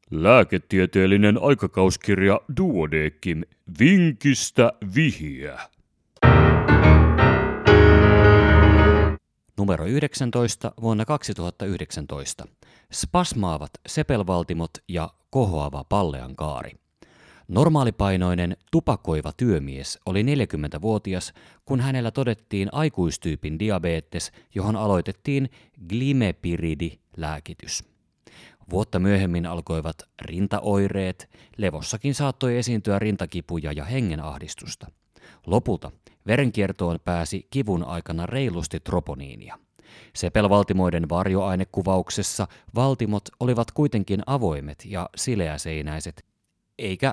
Lääketieteellinen aikakauskirja Duodecim vinkistä vihjeä. Numero 19 vuonna 2019. Spasmaavat sepelvaltimot ja kohoava palleankaari. Normaalipainoinen tupakoiva työmies oli 40-vuotias, kun hänellä todettiin aikuistyypin diabetes, johon aloitettiin glimepiridi-lääkitys. Vuotta myöhemmin alkoivat rintaoireet, levossakin saattoi esiintyä rintakipuja ja hengenahdistusta. Lopulta verenkiertoon pääsi kivun aikana reilusti troponiinia. Sepelvaltimoiden varjoainekuvauksessa valtimot olivat kuitenkin avoimet ja sileäseinäiset, eikä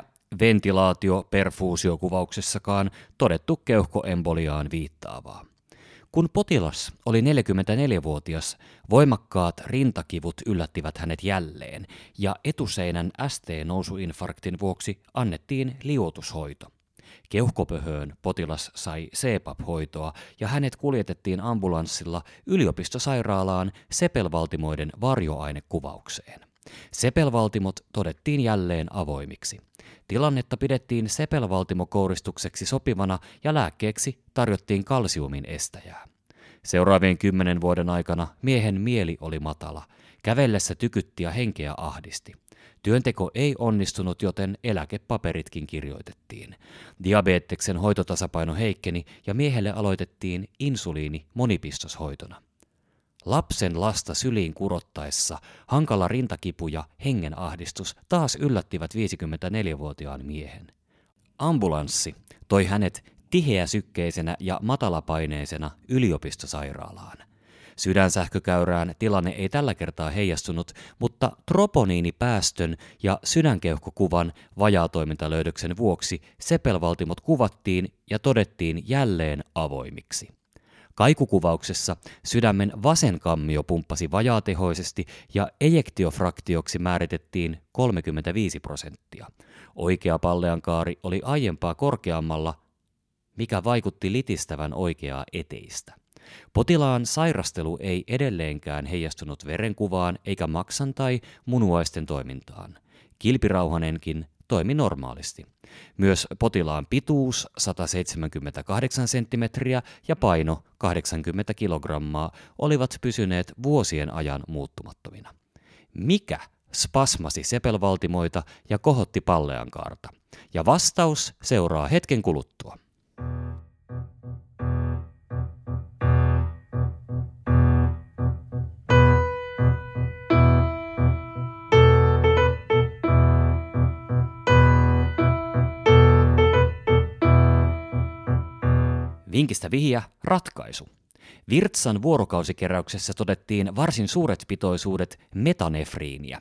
ventilaatio-perfuusiokuvauksessakaan todettu keuhkoemboliaan viittaavaa. Kun potilas oli 44-vuotias, voimakkaat rintakivut yllättivät hänet jälleen ja etuseinän ST-nousuinfarktin vuoksi annettiin liuotushoito. Keuhkopöhöön potilas sai CPAP-hoitoa ja hänet kuljetettiin ambulanssilla yliopistosairaalaan sepelvaltimoiden varjoainekuvaukseen. Sepelvaltimot todettiin jälleen avoimiksi. Tilannetta pidettiin sepelvaltimokouristukseksi sopivana ja lääkkeeksi tarjottiin kalsiumin estäjää. Seuraavien 10 vuoden aikana miehen mieli oli matala. Kävellessä tykytti ja henkeä ahdisti. Työnteko ei onnistunut, joten eläkepaperitkin kirjoitettiin. Diabeteksen hoitotasapaino heikkeni ja miehelle aloitettiin insuliini monipistoshoitona. Lapsen lasta syliin kurottaessa hankala rintakipu ja hengenahdistus taas yllättivät 54-vuotiaan miehen. Ambulanssi toi hänet tiheäsykkeisenä ja matalapaineisena yliopistosairaalaan. Sydänsähkökäyrään tilanne ei tällä kertaa heijastunut, mutta troponiinipäästön ja sydänkeuhkokuvan vajaatoimintalöydöksen vuoksi sepelvaltimot kuvattiin ja todettiin jälleen avoimiksi. Kaikukuvauksessa sydämen vasen kammio pumppasi vajaatehoisesti ja ejektiofraktioksi määritettiin 35%. Oikea palleankaari oli aiempaa korkeammalla, mikä vaikutti litistävän oikeaa eteistä. Potilaan sairastelu ei edelleenkään heijastunut verenkuvaan eikä maksan tai munuaisten toimintaan. Kilpirauhanenkin toimi normaalisti. Myös potilaan pituus 178 senttimetriä ja paino 80 kilogrammaa olivat pysyneet vuosien ajan muuttumattomina. Mikä spasmasi sepelvaltimoita ja kohotti palleankaarta? Ja vastaus seuraa hetken kuluttua. Vinkistä vihjeä, ratkaisu. Virtsan vuorokausikeräyksessä todettiin varsin suuret pitoisuudet metanefriiniä,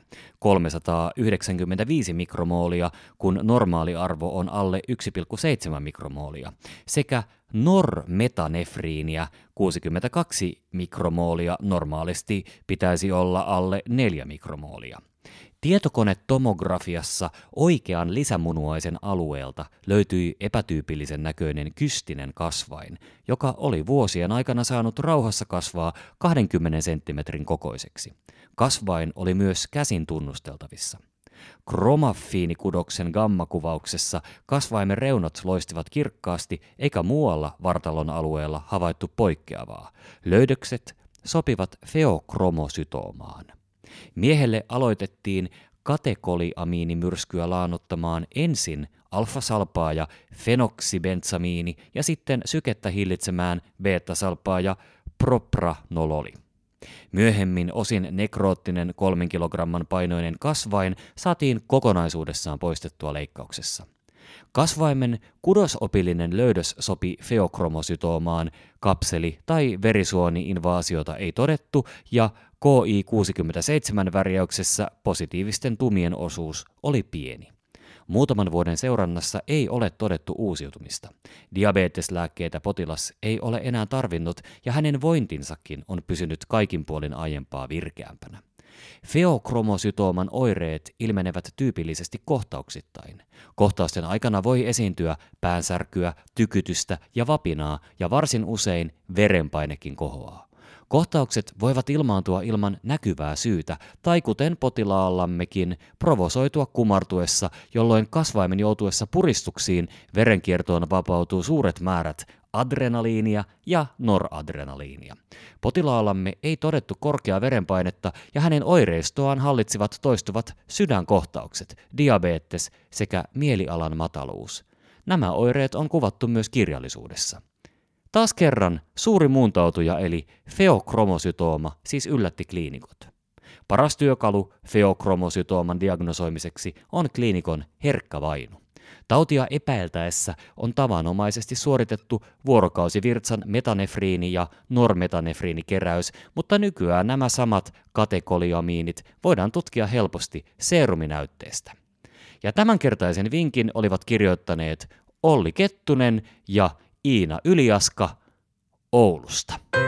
395 mikromoolia, kun normaali arvo on alle 1,7 mikromoolia, sekä normetanefriiniä, 62 mikromoolia, normaalisti pitäisi olla alle 4 mikromoolia. Tietokonetomografiassa oikean lisämunuaisen alueelta löytyi epätyypillisen näköinen kystinen kasvain, joka oli vuosien aikana saanut rauhassa kasvaa 20 senttimetrin kokoiseksi. Kasvain oli myös käsin tunnusteltavissa. Kromaffiinikudoksen gammakuvauksessa kasvaimen reunat loistivat kirkkaasti eikä muualla vartalon alueella havaittu poikkeavaa. Löydökset sopivat feokromosytoomaan. Miehelle aloitettiin katekoliamiinimyrskyä laannuttamaan ensin alfasalpaaja fenoksibentsamiini ja sitten sykettä hillitsemään beta-salpaaja propranololi. Myöhemmin osin nekroottinen 3 kilogramman painoinen kasvain saatiin kokonaisuudessaan poistettua leikkauksessa. Kasvaimen kudosopillinen löydös sopi feokromosytoomaan, kapseli- tai verisuoni-invaasiota ei todettu ja KI67-värjäyksessä positiivisten tumien osuus oli pieni. Muutaman vuoden seurannassa ei ole todettu uusiutumista. Diabeteslääkkeitä potilas ei ole enää tarvinnut ja hänen vointinsakin on pysynyt kaikin puolin aiempaa virkeämpänä. Feokromosytooman oireet ilmenevät tyypillisesti kohtauksittain. Kohtausten aikana voi esiintyä päänsärkyä, tykytystä ja vapinaa ja varsin usein verenpainekin kohoaa. Kohtaukset voivat ilmaantua ilman näkyvää syytä, tai kuten potilaallammekin, provosoitua kumartuessa, jolloin kasvaimen joutuessa puristuksiin verenkiertoon vapautuu suuret määrät adrenaliinia ja noradrenaliinia. Potilaallamme ei todettu korkeaa verenpainetta ja hänen oireistoaan hallitsivat toistuvat sydänkohtaukset, diabetes sekä mielialan mataluus. Nämä oireet on kuvattu myös kirjallisuudessa. Taas kerran suuri muuntautuja eli feokromosytooma siis yllätti kliinikot. Paras työkalu feokromosytooman diagnosoimiseksi on kliinikon herkkä vainu. Tautia epäiltäessä on tavanomaisesti suoritettu vuorokausivirtsan metanefriini- ja normetanefriinikeräys, mutta nykyään nämä samat katekoliamiinit voidaan tutkia helposti seeruminäytteestä. Ja tämänkertaisen vinkin olivat kirjoittaneet Olli Kettunen ja Iina Yliaska Oulusta.